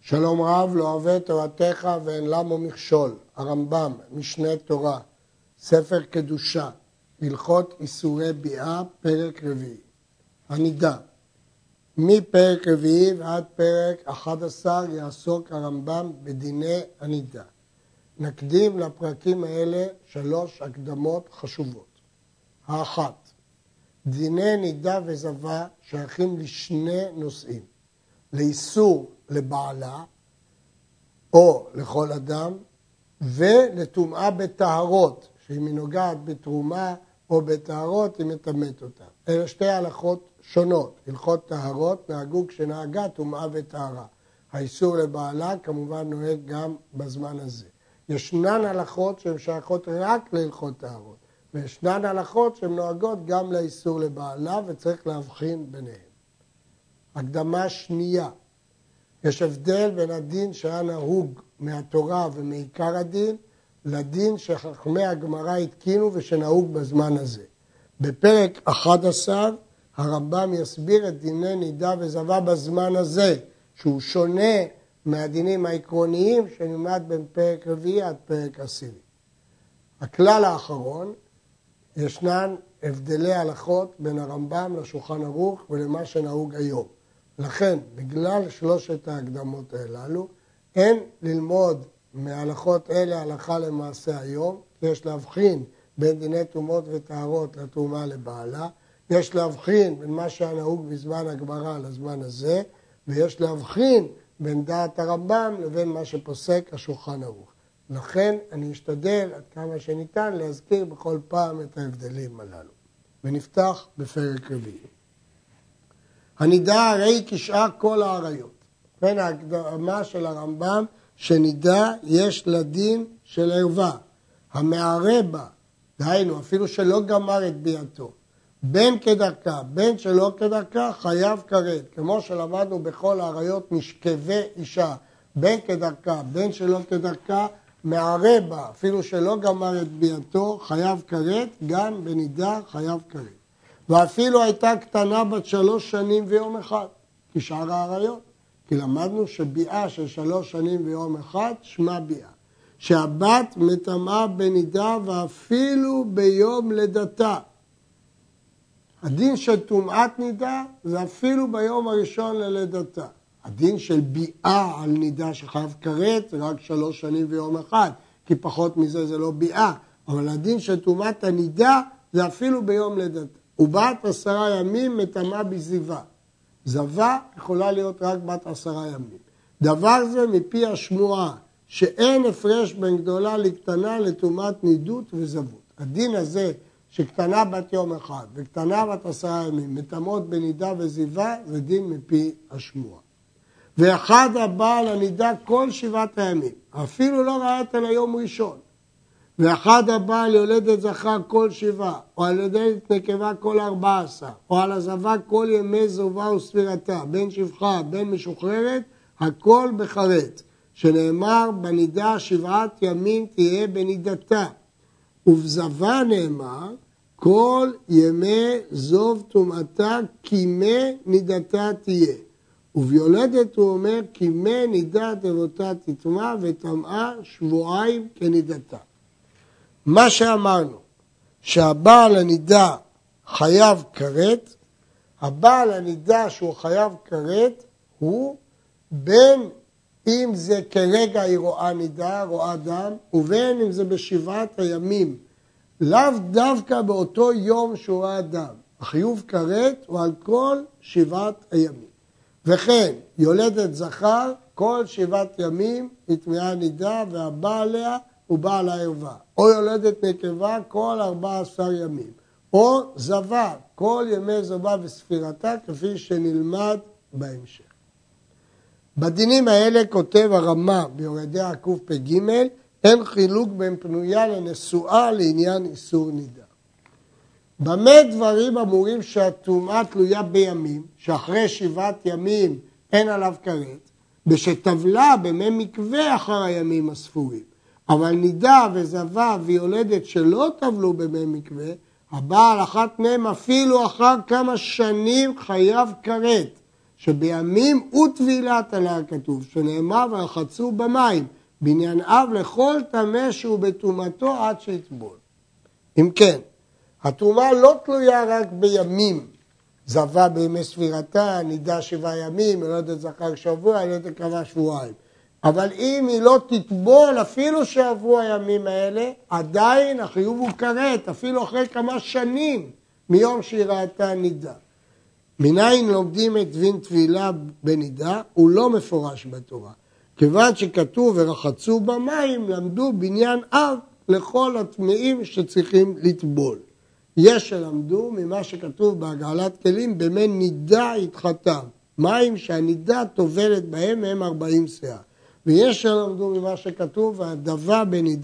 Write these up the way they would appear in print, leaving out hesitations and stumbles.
שלום רב לא אוהב את תורתך ואין למו מכשול. הרמב"ם, משנה תורה, ספר קדושה, הלכות איסורי ביאה, פרק רביעי. הנידה. מפרק רביעי ועד פרק 11 יעסוק הרמב"ם בדיני הנידה. נקדים לפרקים האלה 3 הקדמות חשובות. האחת, דיני נידה וזבה שייכים לשני נושאים. לאיסור לבעלה או לכל אדם ולטומאה בטהרות, שאם היא נוגעת בתרומה או בטהרות היא מטמאת אותה. אלה שתי הלכות שונות. הלכות טהרות נהגו כשנהגה טומאה וטהרה. האיסור לבעלה כמובן נוהג גם בזמן הזה. ישנן הלכות שהן שייכות רק להלכות טהרות, וישנן הלכות שהן נוהגות גם לאיסור לבעלה וצריך להבחין ביניהם. הקדמה שנייה, יש הבדל בין הדין שהיה נהוג מהתורה ומעיקר הדין לדין שחכמי הגמרא התקינו ושנהוג בזמן הזה. בפרק 11 הרמב"ם יסביר את דיני נידה וזבה בזמן הזה, שהוא שונה מהדינים העקרוניים שנלמד בין פרק רביעי עד פרק 10. הכלל האחרון, ישנן הבדלי הלכות בין הרמב"ם לשולחן ערוך ולמה שנהוג היום. לכן, בגלל 3 ההקדמות הללו, אין ללמוד מההלכות אלה הלכה למעשה היום, כי יש להבחין בין דיני טומאות וטהרות לתרומה לבעלה, יש להבחין בין מה שהיה נהוג בזמן הגמרא לזמן הזה, ויש להבחין בין דעת הרמב"ם לבין מה שפוסק השולחן ערוך. לכן אני אשתדל עד כמה שניתן להזכיר בכל פעם את ההבדלים הללו. ונפתח בפרק רביעי. הנידה הרי כשאר כל העריות. בין ההקדמה של הרמב"ם שנידה יש לדין של ערווה. המערה בה, דהיינו אפילו שלא גמר את ביאתו, בין כדרכה, בין שלא כדרכה, חייב כרת. כמו שלמדנו בכל העריות משכבי אישה, בין כדרכה, בין שלא כדרכה, מערה בה, אפילו שלא גמר את ביאתו, חייב כרת, גם בנידה חייב כרת. ואפילו הייתה קטנה בת 3 שנים ויום אחד, כשאר העריות. כי למדנו שביאה של 3 שנים ויום אחד, שמה ביאה. שהבת מטמאה בנידה ואפילו ביום לידתה. הדין של טומאת נידה זה אפילו ביום הראשון ללידתה. הדין של ביאה על נידה שחייב כרת זה רק 3 שנים ויום אחד, כי פחות מזה זה לא ביאה. אבל הדין של טומאת הנידה זה אפילו ביום לידתה. ובת 10 ימים מטמאה בזיווה. זבה יכולה להיות רק בת 10 ימים. דבר זה מפי השמועה, שאין הפרש בין גדולה לקטנה לטומאת נידות וזבות. הדין הזה שקטנה בת יום אחד וקטנה בת 10 ימים מטמאות בנידה וזיווה, זה דין מפי השמועה. ואחד הבעל הנידה כל 7 הימים, אפילו לא ראית על היום ראשון. ואחד הבעל יולדת זכר כל 7, או על יולדת נקבה כל 14, או על הזבה כל ימי זובה וספירתה, בין שפחה, בין משוחררת, הכל בחרט, שנאמר בנידה 7 ימים תהיה בנידתה. ובזבה נאמר, כל ימי זוב טומאתה כימי נידתה תהיה. וביולדת הוא אומר, כימי נידת אבותה תטמא וטמאה 2 שבועות כנידתה. מה שאמרנו, שהבעל הנידה חייב כרת, הבעל הנידה שהוא חייב כרת הוא בין אם זה כרגע היא רואה נידה, רואה דם, ובין אם זה ב7 הימים, לאו דווקא באותו יום שהוא רואה דם. החיוב כרת הוא על כל 7 הימים. וכן, יולדת זכר, כל 7 ימים היא טמאה נידה והבעל עליה הוא בעל הערווה. או יולדת נקבה כל 14 ימים. או זבה, כל ימי זבה וספירתה, כפי שנלמד בהמשך. בדינים האלה כותב הרמ"א ביורדי קפ"ג, אין חילוק בין פנויה לנשואה לעניין איסור נידה. במה דברים אמורים שהטומאה תלויה בימים, שאחרי 7 ימים אין עליו כרת, בשטבלה במי מקווה אחר הימים הספורים. אבל נידה וזבה ויולדת שלא טבלו במי מקווה, הבעל אחת מהם אפילו אחר כמה שנים חייב כרת, שבימים וטבילת על הכתוב, שנאמר ורחצו במים, בניין אב לכל טמא שהוא בטומאתו עד שיטבול. אם כן, הטומאה לא תלויה רק בימים, זבה בימי ספירתה, נידה 7 ימים, יולדת זכר שבוע, יולדת קרבה שבועיים. אבל אם היא לא תטבול, אפילו שעברו הימים האלה, עדיין החיוב הוא כרת, אפילו אחרי כמה שנים מיום שהיא ראתה נידה. מניין לומדים את דין טבילה בנידה, הוא לא מפורש בתורה. כיוון שכתוב ורחצו במים, למדו בניין אב לכל הטמאים שצריכים לטבול. יש שלמדו ממה שכתוב בהגעלת כלים, במי נידה התחתם. מים שהנידה טובלת בהם הם 40 שאה. ויש שלמדו ממה שכתוב, והדבה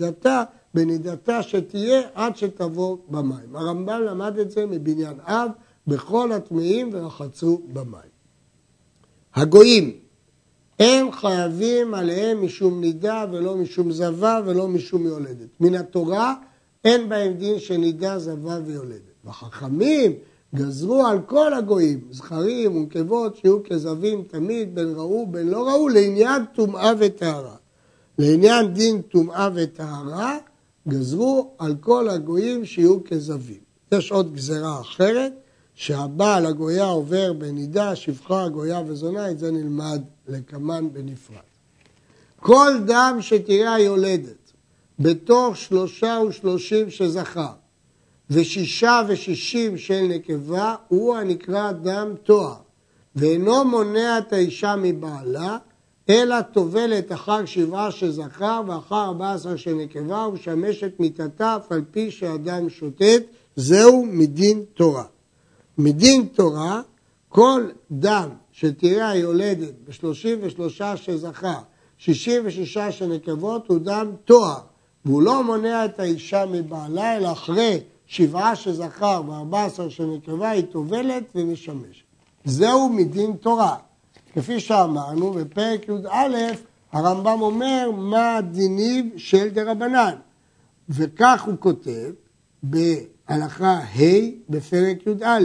בנידתה שתהיה עד שתבוא במים. הרמב"ם למד את זה מבניין אב, בכל הטמאים ורחצו במים. הגויים, אין חייבים עליהם משום נידה ולא משום זבה ולא משום יולדת. מן התורה אין בהם דין שנידה, זבה ויולדת. והחכמים גזרו על כל הגויים, זכרים ונקבות, שיהיו כזבים תמיד, בין ראו בין לא ראו, לעניין טומאה וטהרה. לעניין דין טומאה וטהרה, גזרו על כל הגויים שיהיו כזבים. יש עוד גזרה אחרת, שהבעל הגויה עובר בנידה, שפחה, גויה וזונה, את זה נלמד לקמן בנפרד. כל דם שתראה היולדת, בתוך 33 שזכר, ו6 ו60 של נקבה, הוא הנקרא דם תואר, ואינו מונע את האישה מבעלה, אלא טובלת אחר 7 שזכר ואחר 14 של נקבה, ומשמשת מיתתה אף על פי שהדם שוטט, זהו מדין תורה. מדין תורה, כל דם שתראה היולדת ב33 שזכר, 66 של נקבות, הוא דם תואר, והוא לא מונע את האישה מבעלה, אלא אחרי 7 שזכר ו14 של נקבה היא טובלת ומשמשת. זהו מדין תורה. כפי שאמרנו, בפרק י"א הרמב"ם אומר מה הדינים של דרבנן. וכך הוא כותב בהלכה ה' בפרק י"א.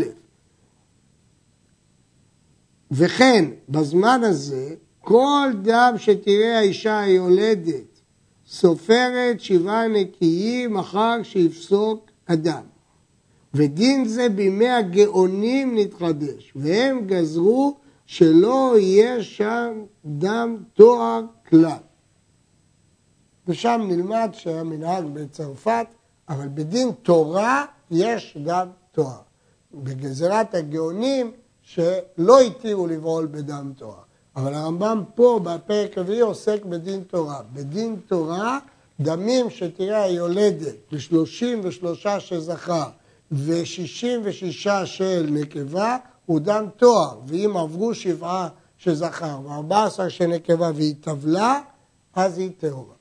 וכן, בזמן הזה, כל דם שתראה האישה היולדת, סופרת 7 נקיים אחר שיפסוק אדם. ודין זה בימי הגאונים נתחדש, והם גזרו שלא יהיה שם דם תואר כלל. ושם נלמד שהמנהג בצרפת, אבל בדין תורה יש דם תואר. בגזרת הגאונים שלא התירו לבעול בדם תואר. אבל הרמב"ם פה בפרק הרביעי עוסק בדין תורה. בדין תורה דמים שתראה היולדת ב33 שזכר ו66 של נקבה הוא דם תואר, ואם עברו 7 שזכר ו14 של נקבה והיא טבלה, אז היא טהורה.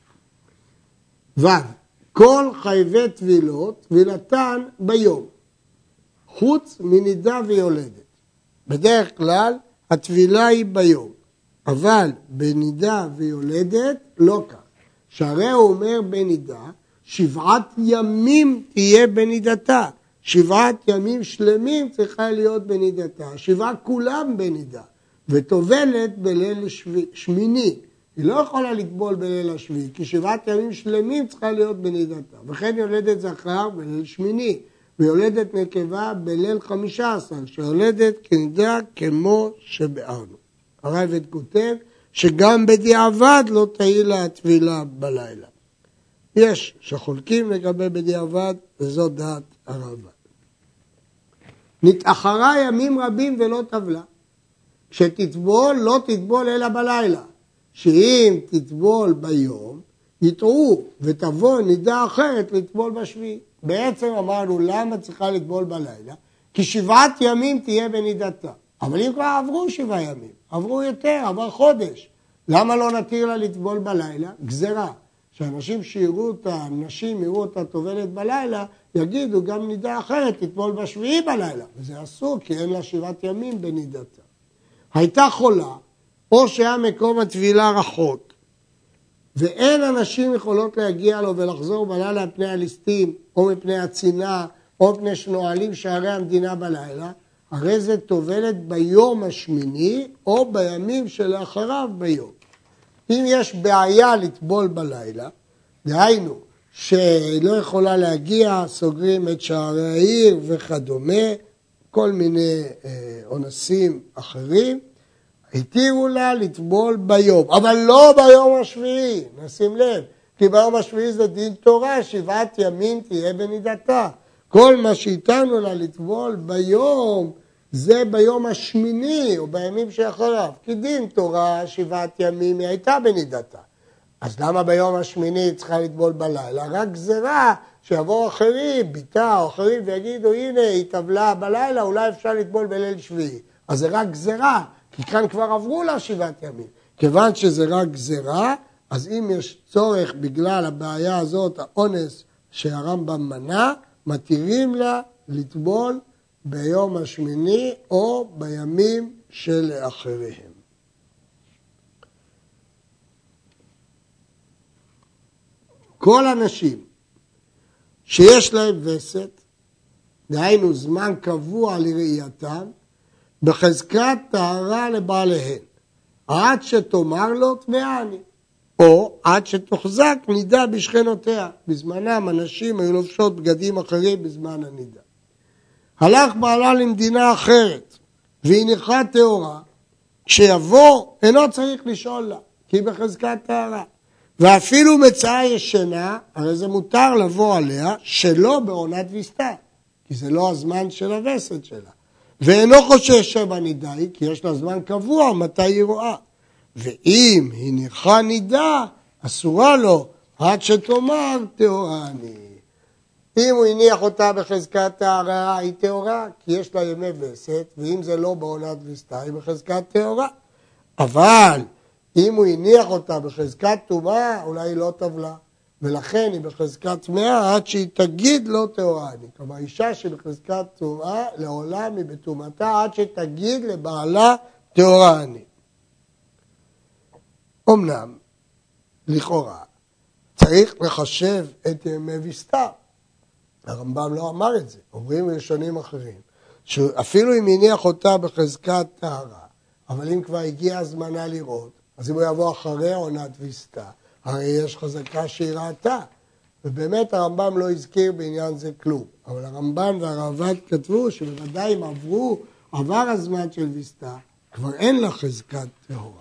כל חייבי טבילות, טבילתן ביום, חוץ מנידה ויולדת. בדרך כלל הטבילה היא ביום, אבל בנידה ויולדת לא כך. שהרי הוא אומר בנידה, 7 ימים תהיה בנידתה. 7 ימים שלמים צריכה להיות בנידתה. 7 כולם בנידה. וטובלת בליל שמיני. היא לא יכולה לטבול בליל השביעי, כי 7 ימים שלמים צריכה להיות בנידתה. וכן יולדת זכר בליל שמיני. ויולדת נקבה בליל 15, שיולדת כנידה כמו שבארנו. הרייבד כותב שגם בדיעבד לא תהילה הטבילה בלילה. יש שחולקים לגבי בדיעבד, וזאת דעת הרייבד. נתאחרה ימים רבים ולא טבלה. כשתטבול, לא תטבול אלא בלילה. שאם תטבול ביום, יטעו ותבוא נידה אחרת לטבול בשביעי. בעצם אמרנו למה צריכה לטבול בלילה? כי 7 ימים תהיה בנידתה. אבל אם כבר עברו 7 ימים, עברו יותר, עבר חודש. למה לא נתיר לה לטבול בלילה? גזרה. שאנשים שיראו אותה, נשים יראו אותה טובלת בלילה, יגידו גם נידה אחרת, תטבול בשביעי בלילה. וזה אסור, כי אין לה 7 ימים בנידתה. הייתה חולה, או שהיה מקום הטבילה רחוק, ואין אנשים יכולות להגיע לו ולחזור בלילה מפני הליסטים, או מפני הצינה, או מפני שנועלים שערי המדינה בלילה, הרי זה טובלת ביום השמיני או בימים שלאחריו ביום. אם יש בעיה לטבול בלילה, דהיינו שלא יכולה להגיע, סוגרים את שערי העיר וכדומה, כל מיני אונסים אחרים, התירו לה לטבול ביום, אבל לא ביום השביעי, נשים לב, כי ביום השביעי זה דין תורה, 7 ימים תהיה בנידתה. כל מה שהתרנו לה לטבול ביום, זה ביום השמיני או בימים שאחריו, כי דין תורה 7 ימים היא הייתה בנידתה. אז למה ביום השמיני היא צריכה לטבול בלילה? רק גזרה שיבואו אחרים, ביתה או אחרים ויגידו, הנה היא טבלה בלילה, אולי אפשר לטבול בליל שביעי. אז זה רק גזרה, כי כאן כבר עברו לה 7 ימים. כיוון שזה רק גזרה, אז אם יש צורך בגלל הבעיה הזאת, האונס שהרמב"ם מנע, מתירים לה לטבול ביום השמיני או בימים שלאחריהם. כל הנשים שיש להם וסת, דהיינו זמן קבוע לראייתם, בחזקת טהרה לבעליהן, עד שתאמר לו טמאני, או עד שתוחזק נידה בשכנותיה. בזמנם הנשים היו לובשות בגדים אחרים בזמן הנידה. הלך בעלה למדינה אחרת, והיא נקראת טהורה, כשיבוא אינו צריך לשאול לה, כי היא בחזקת טהרה. ואפילו מצאה ישנה, הרי זה מותר לבוא עליה, שלא בעונת ויסתה, כי זה לא הזמן של הווסת שלה. ואינו חושש שבה נידה היא, כי יש לה זמן קבוע מתי היא רואה. ואם היא נרחה נידה, אסורה לו, עד שתאמר טהורה אני. אם הוא הניח אותה בחזקת טהרה, היא טהורה, כי יש לה ימי וסת, ואם זה לא בעונת ויסתה, היא בחזקת טהורה. אבל אם הוא הניח אותה בחזקת טומאה, אולי היא לא טבלה, ולכן היא בחזקת טמאה עד שהיא תגיד לא טהורה אני. כלומר, אישה שבחזקת טומאה, לעולם היא בטומאתה עד שתגיד לבעלה טהורה אני. אמנם, לכאורה, צריך לחשב את ימי ויסתה. הרמב"ם לא אמר את זה, אומרים ראשונים אחרים, שאפילו אם הניח אותה בחזקת טהרה, אבל אם כבר הגיע הזמנה לראות, אז אם הוא יבוא אחרי עונת ויסתה, הרי יש חזקה שהיא ראתה. ובאמת הרמב"ם לא הזכיר בעניין זה כלום. אבל הרמב"ם והרעב"ד כתבו שבוודאי אם עבר הזמן של ויסתה, כבר אין לה חזקת טהורה.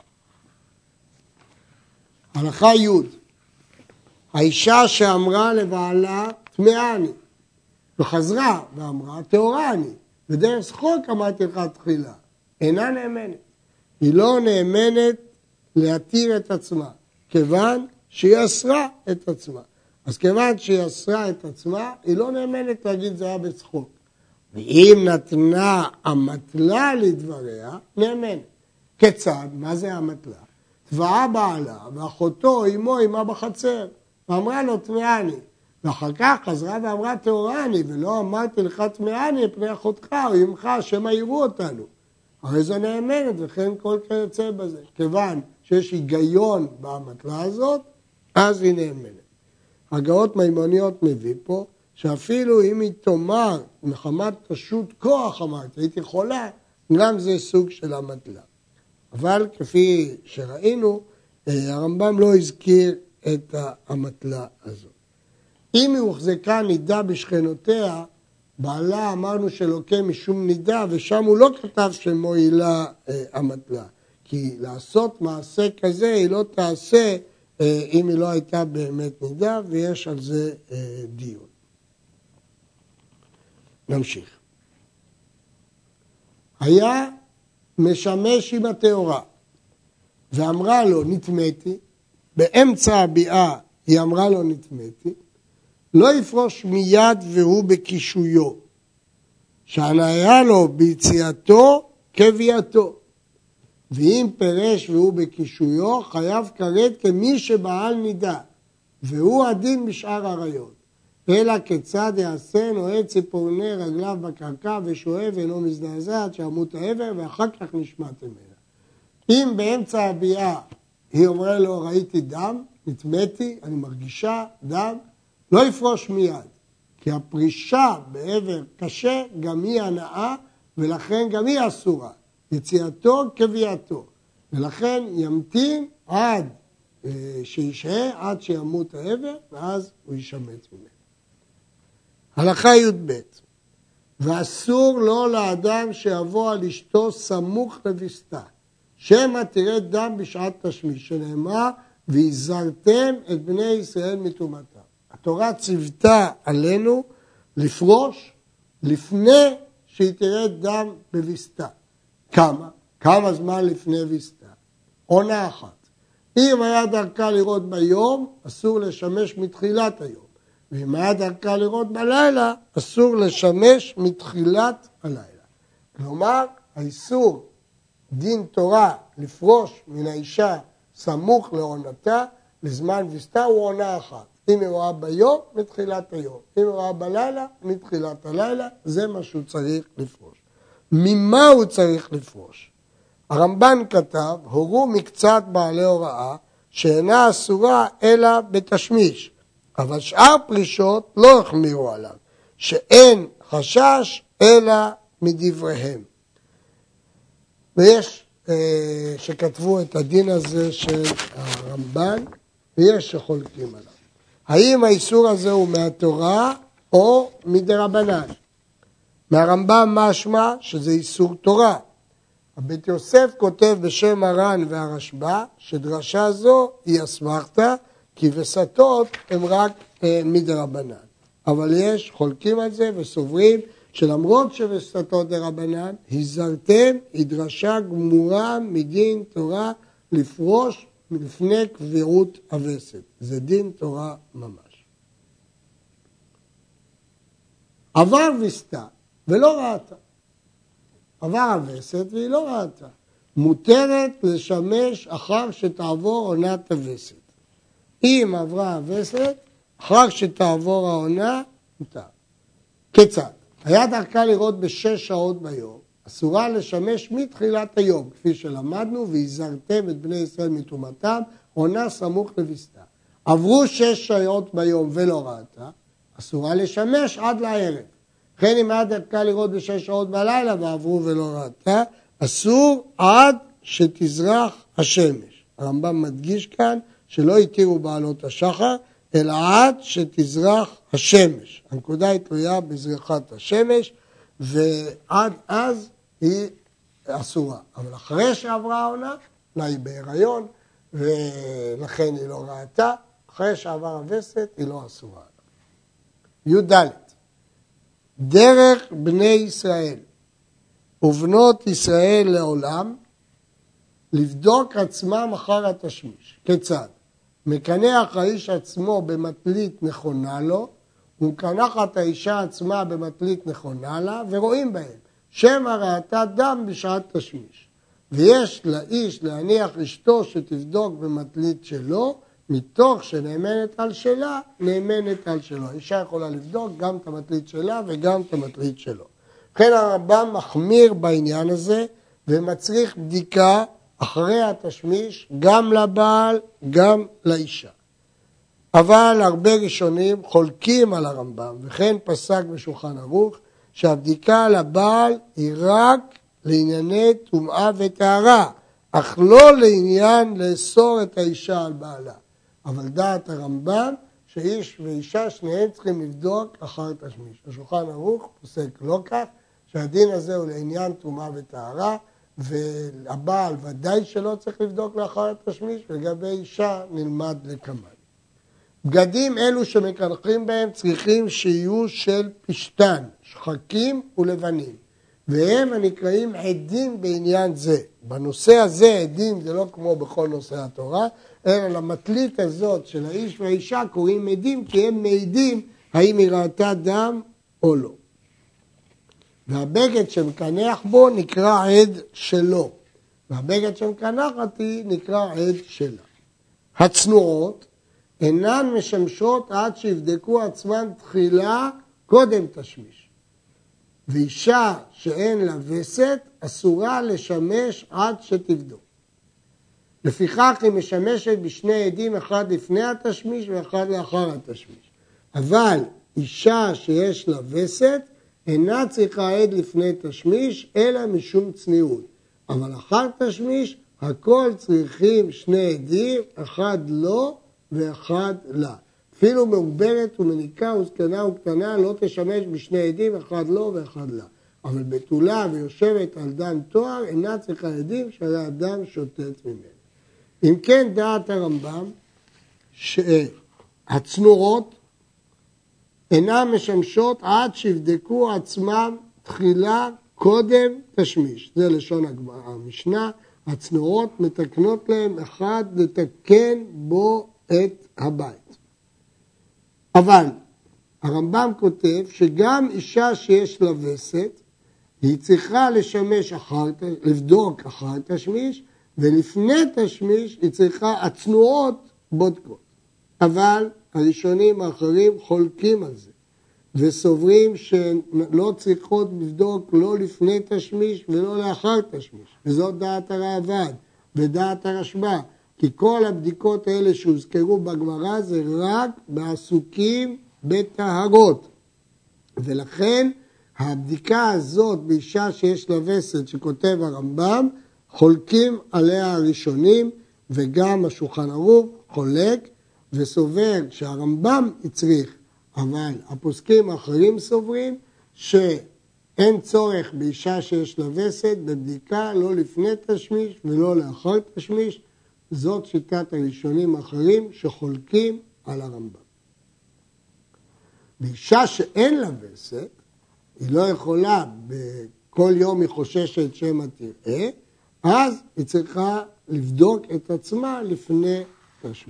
הלכה י' האישה שאמרה לבעלה טמאה אני, וחזרה ואמרה טהורה אני, בדרך שחוק אמרתי לך תחילה, אינה נאמנת. היא לא נאמנת להתיר את עצמה, כיוון שהיא אסרה את עצמה. אז כיוון שהיא אסרה את עצמה, היא לא נאמנת להגיד זה היה בצחוק. ואם נתנה המתלה לדבריה, נאמנת. כיצד? מה זה המתלה? תבעה בעלה, ואחותו אמו עמה בחצר, ואמרה לו טמאה אני. ואחר כך חזרה ואמרה טהורה אני, ולא אמרתי לך טמאה אני פני אחותך או אמך, שמא יראו אותנו. הרי זה נאמנת, וכן כל כיוצא בזה. כיוון שיש היגיון במתלה הזאת, אז היא נאמנת. הגאות מימוניות מביא פה, שאפילו אם היא תאמר, מחמת פשוט כוח אמרתי, הייתי חולה, גם זה סוג של המתלה. אבל כפי שראינו, הרמב"ם לא הזכיר את המתלה הזאת. אם היא הוחזקה נידה בשכנותיה, בעלה אמרנו שלוקה משום נידה, ושם הוא לא כתב שמועילה המתלה. כי לעשות מעשה כזה היא לא תעשה אם היא לא הייתה באמת נידה, ויש על זה דיון. נמשיך. היה משמש עם הטהורה, ואמרה לו נטמאתי, באמצע הביאה היא אמרה לו נטמאתי, לא יפרוש מיד והוא בקישויו, שהנהיה לו ביציאתו כביאתו. ואם פרש והוא בקישויו, חייב כרת כמי שבעל נידה, והוא הדין בשאר עריות. אלא כיצד יעשה נועד ציפורני רגליו בקרקע ושואב ואינו מזדעזע עד שימות העבר, ואחר כך נשמט ממנה. אם באמצע הביאה היא אומרת לו ראיתי דם, נטמאתי, אני מרגישה דם, לא יפרוש מיד, כי הפרישה בעבר קשה גם היא הנאה, ולכן גם היא אסורה. יציאתו כביאתו, ולכן ימתין עד שישהה, עד שימות העבר, ואז הוא ישמט ממנו. הלכה י"ב, ואסור לו לאדם שיבוא על אשתו סמוך לביסתה, שמא תרד דם בשעת תשמיש, שנאמר, והזהרתם את בני ישראל מטומאתם. התורה ציוותה עלינו לפרוש לפני שהיא תרד דם בביסתה. כמה זמן לפני ביסתה? עונה אחת. אם היה דרכה לראות ביום, אסור לשמש מתחילת היום. ואם היה דרכה לראות בלילה, אסור לשמש מתחילת הלילה. כלומר, האיסור דין תורה לפרוש מן האישה סמוך לעונתה, לזמן ביסתה הוא עונה אחת. אם היא רואה ביום, מתחילת היום. אם היא רואה בלילה, מתחילת הלילה. זה מה שהוא צריך לפרוש. ממה הוא צריך לפרוש? הרמב"ן כתב, הורו מקצת בעלי הוראה, שאינה אסורה אלא בתשמיש. אבל שאר פרישות לא החמירו עליו, שאין חשש אלא מדבריהם. ויש שכתבו את הדין הזה של הרמב"ן, ויש שחולקים עליו. האם האיסור הזה הוא מהתורה או מדרבנן? מהרמב"ם משמע שזה איסור תורה. הבית יוסף כותב בשם הר"ן והרשב"א שדרשה זו היא אסמכתא, כי וסתות הם רק מדרבנן. אבל יש חולקים על זה וסוברים שלמרות שווסתות דרבנן, הזהרתם היא דרשה גמורה מדין תורה לפרוש לפני קביעות הווסת. זה דין תורה ממש. עבר וסתה ולא ראתה. עבר הווסת והיא לא ראתה. מותרת לשמש אחר שתעבור עונת הווסת. אם עברה הווסת, אחר שתעבור העונה, מותר. כיצד? היה דרכה לראות בשש שעות ביום, אסורה לשמש מתחילת היום, כפי שלמדנו, והזהרתם את בני ישראל מטומאתם, עונה סמוך לביסתה. עברו 6 שעות ביום ולא ראתה, אסורה לשמש עד לערב. לכן אם היה דרכה לראות ב6 שעות בלילה ועברו ולא ראתה, אסור עד שתזרח השמש. הרמב"ם מדגיש כאן שלא התירו בעלות השחר, אלא עד שתזרח השמש. הנקודה היא תלויה בזריחת השמש, ועד אז היא אסורה. אבל אחרי שעברה העונה, אולי היא בהיריון, ולכן היא לא ראתה. אחרי שעבר הווסת, היא לא אסורה. י"ד דרך בני ישראל ובנות ישראל לעולם, לבדוק עצמם אחר התשמיש. כיצד? מקנח האיש עצמו במטלית נכונה לו, ומקנחת האישה עצמה במטלית נכונה לה, ורואים בהם. שמא ראתה דם בשעת תשמיש. ויש לאיש להניח אשתו שתבדוק במטלית שלו, מתוך שנאמנת על שלה, נאמנת על שלו. האישה יכולה לבדוק גם את המטלית שלה וגם את המטלית שלו. לכן הרמב"ם מחמיר בעניין הזה, ומצריך בדיקה אחרי התשמיש, גם לבעל, גם לאישה. אבל הרבה ראשונים חולקים על הרמב"ם, וכן פסק בשולחן ערוך, שהבדיקה לבעל היא רק לענייני טומאה וטהרה, אך לא לעניין לאסור את האישה על בעלה. אבל דעת הרמב"ם שאיש ואישה שניהם צריכים לבדוק אחר תשמיש. השולחן ערוך פוסק לא כך, שהדין הזה הוא לעניין טומאה וטהרה, והבעל ודאי שלא צריך לבדוק לאחר התשמיש, ולגבי אישה נלמד לקמן. בגדים אלו שמקנחים בהם צריכים שיהיו של פשטן, שחקים ולבנים, והם הנקראים עדים בעניין זה. בנושא הזה עדים זה לא כמו בכל נושא התורה, אלא למטלית הזאת של האיש והאישה קוראים עדים, כי הם מעידים האם היא ראתה דם או לא. והבגד שמקנח בו נקרא עד שלו, והבגד שמקנחת היא נקרא עד שלה. הצנועות אינן משמשות עד שיבדקו עצמן תחילה קודם תשמיש. ואישה שאין לה וסת אסורה לשמש עד שתבדוק. לפיכך היא משמשת בשני עדים, אחד לפני התשמיש ואחד לאחר התשמיש. אבל אישה שיש לה וסת אינה צריכה עד לפני תשמיש, אלא משום צניעות. אבל אחר תשמיש, הכל צריכים שני עדים, אחד לא ואחד לה. אפילו מעוברת ומניקה וזקנה וקטנה לא תשמש בשני עדים, אחד לא ואחד לה. אבל בתולה ויושבת על דם תואר, אינה צריכה עדים שעל האדם שוטט ממנו. אם כן, דעת הרמב"ם, שהצנורות אינן משמשות עד שיבדקו עצמם תחילה קודם תשמיש. זה לשון המשנה. הצנורות מתקנות להם אחד לתקן בו את הבית. אבל הרמב"ם כותב שגם אישה שיש לה וסת, היא צריכה לשמש לבדוק אחר תשמיש, ולפני תשמיש היא צריכה הצנועות בודקות. אבל הראשונים האחרים חולקים על זה, וסוברים שלא צריכות לבדוק לא לפני תשמיש ולא לאחר תשמיש. וזאת דעת הראב"ד ודעת הרשב"א, כי כל הבדיקות האלה שהוזכרו בגמרא זה רק בעסוקים בטהרות. ולכן הבדיקה הזאת באישה שיש לה וסת שכותב הרמב"ם, חולקים עליה הראשונים, וגם השולחן ערוך חולק וסובר שהרמב"ם הצריך, אבל הפוסקים האחרים סוברים שאין צורך באישה שיש לה וסת בבדיקה לא לפני תשמיש ולא לאחר תשמיש. זאת שיטת הראשונים האחרים שחולקים על הרמב"ם. באישה שאין לה וסת, היא לא יכולה, בכל יום היא חוששת שמא תראה, אז היא צריכה לבדוק את עצמה לפני תשמיש.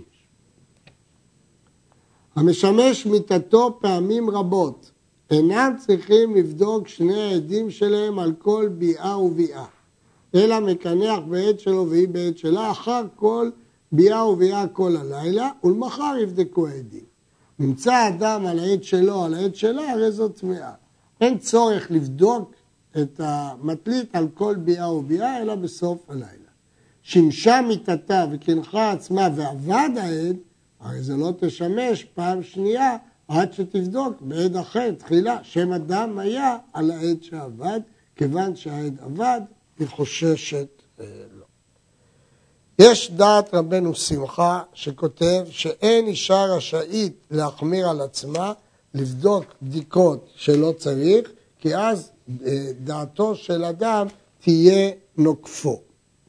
המשמש מיתתו פעמים רבות, אינם צריכים לבדוק שני העדים שלהם על כל ביאה וביאה, אלא מקנח בעד שלו והיא בעד שלה, אחר כל ביאה וביאה כל הלילה, ולמחר יבדקו העדים. נמצא אדם על העד שלו, על העד שלה, הרי זאת טמאה. אין צורך לבדוק את המטלית על כל ביאה וביאה, אלא בסוף הלילה. שימשה מיתתה וקנחה עצמה ועבד העד, הרי זה לא תשמש פעם שנייה עד שתבדוק בעד אחר, תחילה, שם אדם היה על העד שעבד, כיוון שהעד עבד, היא חוששת לא. יש דעת רבנו שמחה שכותב שאין אישה רשאית להחמיר על עצמה, לבדוק בדיקות שלא צריך, כי אז דעתו של אדם תהיה נוקפו.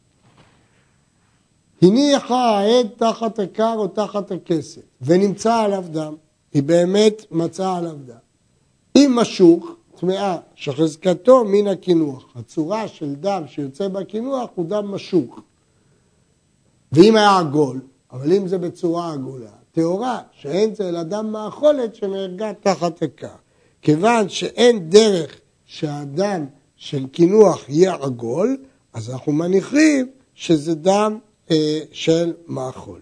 הניחה העד תחת הקר או תחת הכסף, ונמצא עליו דם, היא באמת מצאה עליו דם. אם משוך, טמאה, שחזקתו מן הקינוח. הצורה של דם שיוצא בקינוח הוא דם משוך. ואם היה עגול, אבל אם זה בצורה עגולה, טהורה, שאין זה אלא דם מאכולת שנהרגה תחת הקר. כיוון שאין דרך שהדם של קינוח יהיה עגול, אז אנחנו מניחים שזה דם של מאכולת.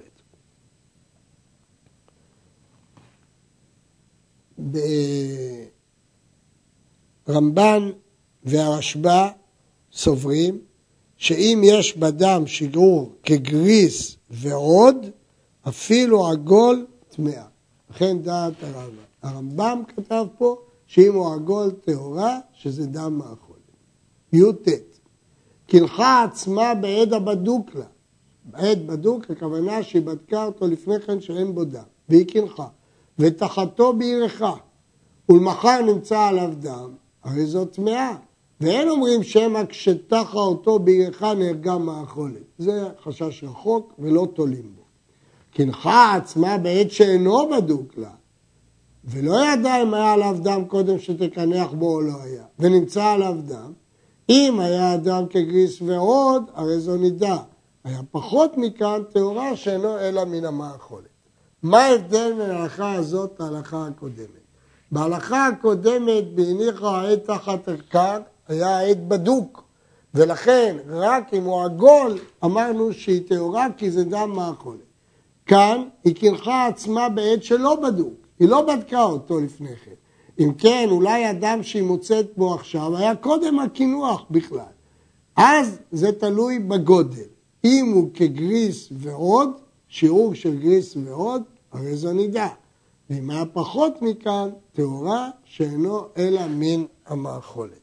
רמב"ן והרשב"א סוברים שאם יש בדם שגרור כגריס ועוד, אפילו עגול טמאה. לכן דעת הרמב"ם. הרמב"ם כתב פה שאם הוא עגול טהורה, שזה דם מאכולת. י"ט. קנחה עצמה בעד הבדוק לה. בעד בדוק, הכוונה שהיא בדקה אותו לפני כן שאין בו דם. והיא קנחה. ותחתו בירחה. ולמחר נמצא עליו דם, הרי זאת טמאה. ואין אומרים שמא כשתחה אותו בירחה נהרגה מאכולת. זה חשש רחוק ולא תולים בו. קנחה עצמה בעת שאינו בדוק לה, ולא ידע אם היה עליו דם קודם שתקנח בו או לא היה, ונמצא עליו דם, אם היה אדם כגריס ועוד, הרי זו נידה. היה פחות מכאן טהורה שאינו אלא מן המאכולת. מה ההבדל בין ההלכה הזאת להלכה הקודמת? בהלכה הקודמת בהניחה העד תחת הקר היה העד בדוק, ולכן רק אם הוא עגול אמרנו שהיא טהורה כי זה דם מאכולת. כאן היא קנחה עצמה בעד שלא בדוק, היא לא בדקה אותו לפני כן. אם כן, אולי הדם שהיא מוצאת בו עכשיו היה קודם הקינוח בכלל. אז זה תלוי בגודל. אם הוא כגריס ועוד, שיעור של גריס ועוד, הרי זו נידה. ואם היה פחות מכאן, טהורה שאינו אלא מן המאכולת.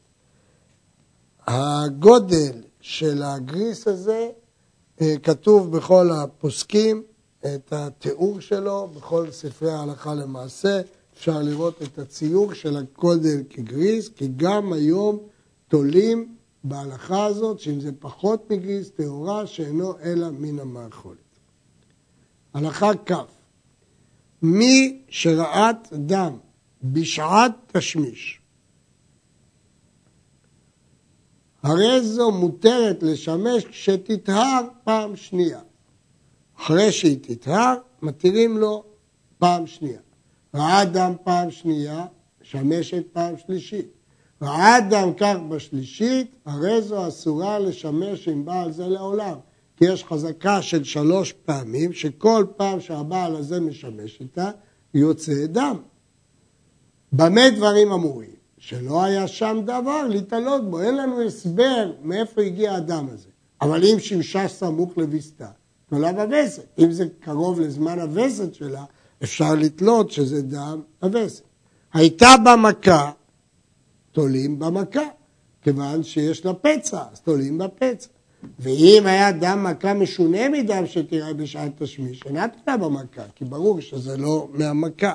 הגודל של הגריס הזה כתוב בכל הפוסקים, את התיאור שלו, בכל ספרי ההלכה למעשה, אפשר לראות את הציור של הגודל כגריס, כי גם היום תולים בהלכה הזאת, שאם זה פחות מגריס, טהורה שאינו אלא מן המאכולת. הלכה כ' מי שראת דם בשעת תשמיש, הרי זו מותרת לשמש כשתטהר פעם שנייה. אחרי שהיא תטהר, מתירים לו פעם שנייה. ראה דם פעם שנייה, שמשת פעם שלישית. ראה דם כך בשלישית, הרי זו אסורה לשמש עם בעל זה לעולם. כי יש חזקה של 3 פעמים, שכל פעם שהבעל הזה משמש איתה, יוצא דם. במה דברים אמורים? שלא היה שם דבר להתעלות בו, אין לנו הסבר מאיפה הגיע הדם הזה. אבל אם שמשה סמוך לווסתה, תולה בווסת. אם זה קרוב לזמן הווסת שלה, אפשר לתלות שזה דם הווסת. הייתה במכה, תולים במכה, כיוון שיש לה פצע, אז תולים בפצע. ואם היה דם מכה משונה מדם שתראה בשעת תשמיש, אינה תולה במכה, כי ברור שזה לא מהמכה.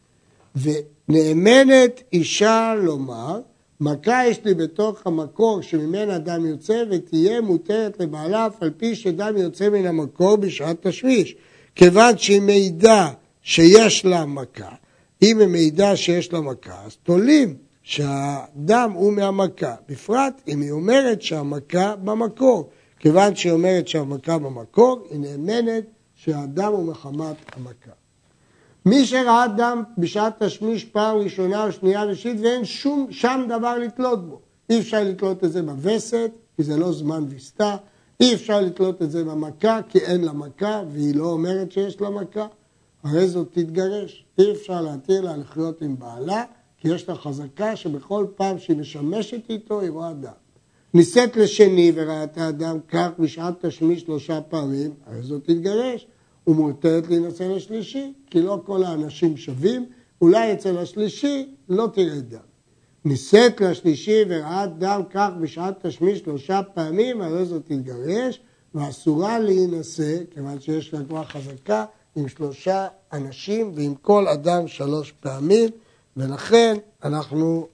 ונאמנת אישה לומר, מכה יש לי בתוך המקור שממנה דם יוצא ותהיה מותרת לבעלה אף על פי שדם יוצא מן המקור בשעת תשמיש. כיוון שהיא מעידה שיש לה מכה, אם היא מעידה שיש לה מכה, אז תולים שהדם הוא מהמכה. בפרט אם היא אומרת שהמכה במקור. כיוון שהיא אומרת שהמכה במקור, היא נאמנת שהדם הוא מחמת המכה. מי שראה דם בשעת תשמיש פעם ראשונה או שנייה ראשית ואין שם דבר לתלות בו. אי אפשר לתלות את זה בווסת, כי זה לא זמן וסתה. אי אפשר לתלות את זה במכה, כי אין לה מכה, והיא לא אומרת שיש לה מכה. הרי זאת תתגרש. אי אפשר להתיר לה לחיות עם בעלה, כי יש לה חזקה שבכל פעם שהיא משמשת איתו, היא רואה דם. נישאת לשני וראתה דם כך בשעת תשמיש 3 פעמים, הרי זאת תתגרש. ומותרת להינשא לשלישי, כי לא כל האנשים שווים, אולי אצל השלישי לא תראה דם. נישאת לשלישי וראת דם כך בשעת תשמיש 3 פעמים, הרי זאת תתגרש, ואסורה להינשא, כיוון שיש לה כבר חזקה, עם 3 אנשים ועם כל אדם 3 פעמים, ולכן אנחנו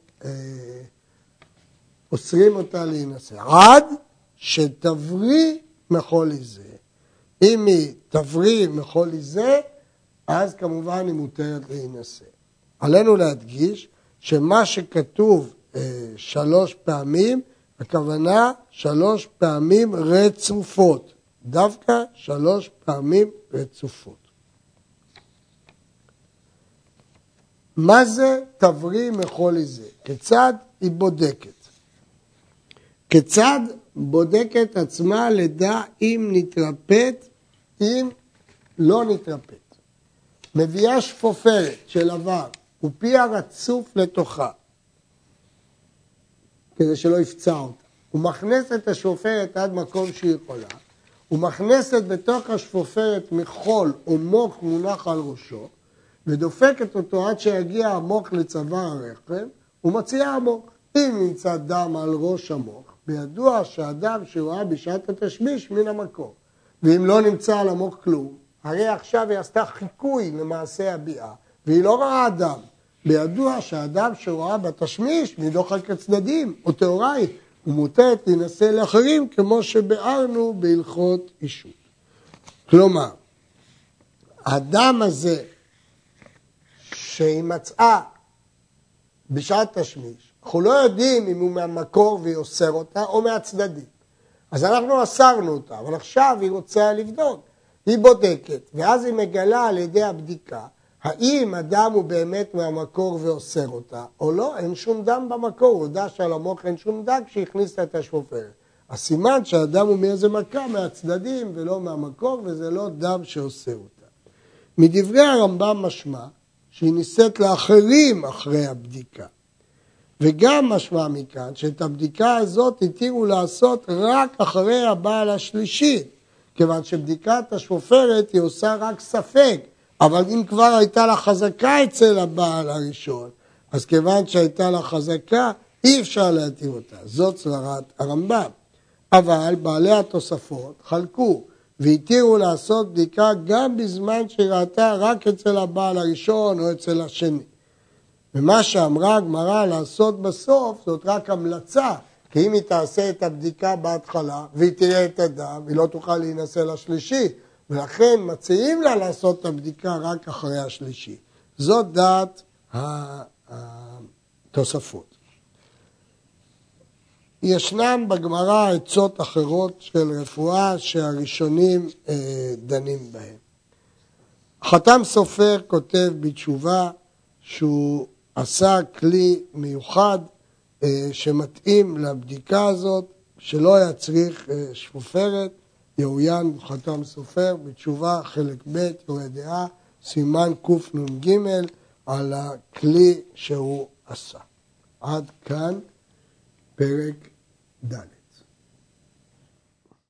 אוסרים אותה להינשא. עד שתבריא מחולי זה. אם היא תבריא מחולי זה, אז כמובן היא מותרת להינשא. עלינו להדגיש שמה שכתוב 3 פעמים, הכוונה 3 פעמים רצופות. דווקא 3 פעמים רצופות. מה זה תבריא מחולי זה? כיצד היא בודקת? כיצד בודקת עצמה לדע אם נתרפאת, אם לא נתרפאת. מביאה שפופרת של עבר ופיה רצוף לתוכה, כדי שלא יפצע אותה. הוא מכנס את השפופרת עד מקום שהיא יכולה, הוא מכנסת בתוך השפופרת מחול או מוח מונח על ראשו, ודופקת אותו עד שיגיע המוח לצוואר הרחם, ומוציאה המוח. אם נמצא דם על ראש המוח, בידוע שהדם שואה בשעת התשמיש מן המקור. ואם לא נמצא על המוח כלום, הרי עכשיו היא עשתה חיקוי למעשה הביאה, והיא לא ראה דם. בידוע שהדם שואה בתשמיש מדוחק הצדדים, או טהוראי, ומותרת להינשא לאחרים, כמו שבארנו בהלכות אישות. כלומר, הדם הזה שהיא מצאה בשעת תשמיש, אנחנו לא יודעים אם הוא מהמקור והיא אוסר אותה או מהצדדים. אז אנחנו אסרנו אותה, אבל עכשיו היא רוצה לבדוק. היא בודקת, ואז היא מגלה על ידי הבדיקה, האם הדם הוא באמת מהמקור ואוסר אותה, או לא, אין שום דם במקור, הוא יודע שעל המוח אין שום דם כשהכניסה את השפופרת. הסימן שהדם הוא מאיזה מכה, מהצדדים ולא מהמקור, וזה לא דם שאוסר אותה. מדברי הרמב"ם משמע שהיא ניסית לאחרים אחרי הבדיקה. וגם משמע מכאן שאת הבדיקה הזאת התירו לעשות רק אחרי הבעל השלישי, כיוון שבדיקת השפופרת היא עושה רק ספק, אבל אם כבר הייתה לה חזקה אצל הבעל הראשון, אז כיוון שהייתה לה חזקה, אי אפשר להתיר אותה, זאת סברת הרמב"ם. אבל בעלי התוספות חלקו והתירו לעשות בדיקה גם בזמן שראתה רק אצל הבעל הראשון או אצל השני. ומה שאמרה הגמרא לעשות בסוף זאת רק המלצה, כי אם היא תעשה את הבדיקה בהתחלה והיא תראה את הדם, היא לא תוכל להינשא לשלישי, ולכן מציעים לה לעשות את הבדיקה רק אחרי השלישי. זאת דעת התוספות. ישנם בגמרא עצות אחרות של רפואה שהראשונים דנים בהן. חתם סופר כותב בתשובה שהוא עשה כלי מיוחד שמתאים לבדיקה הזאת, שלא היה צריך שפופרת, יאוין חתם סופר בתשובה חלק ב' יורה דעה, סימן קנ"ג על הכלי שהוא עשה. עד כאן פרק ד'.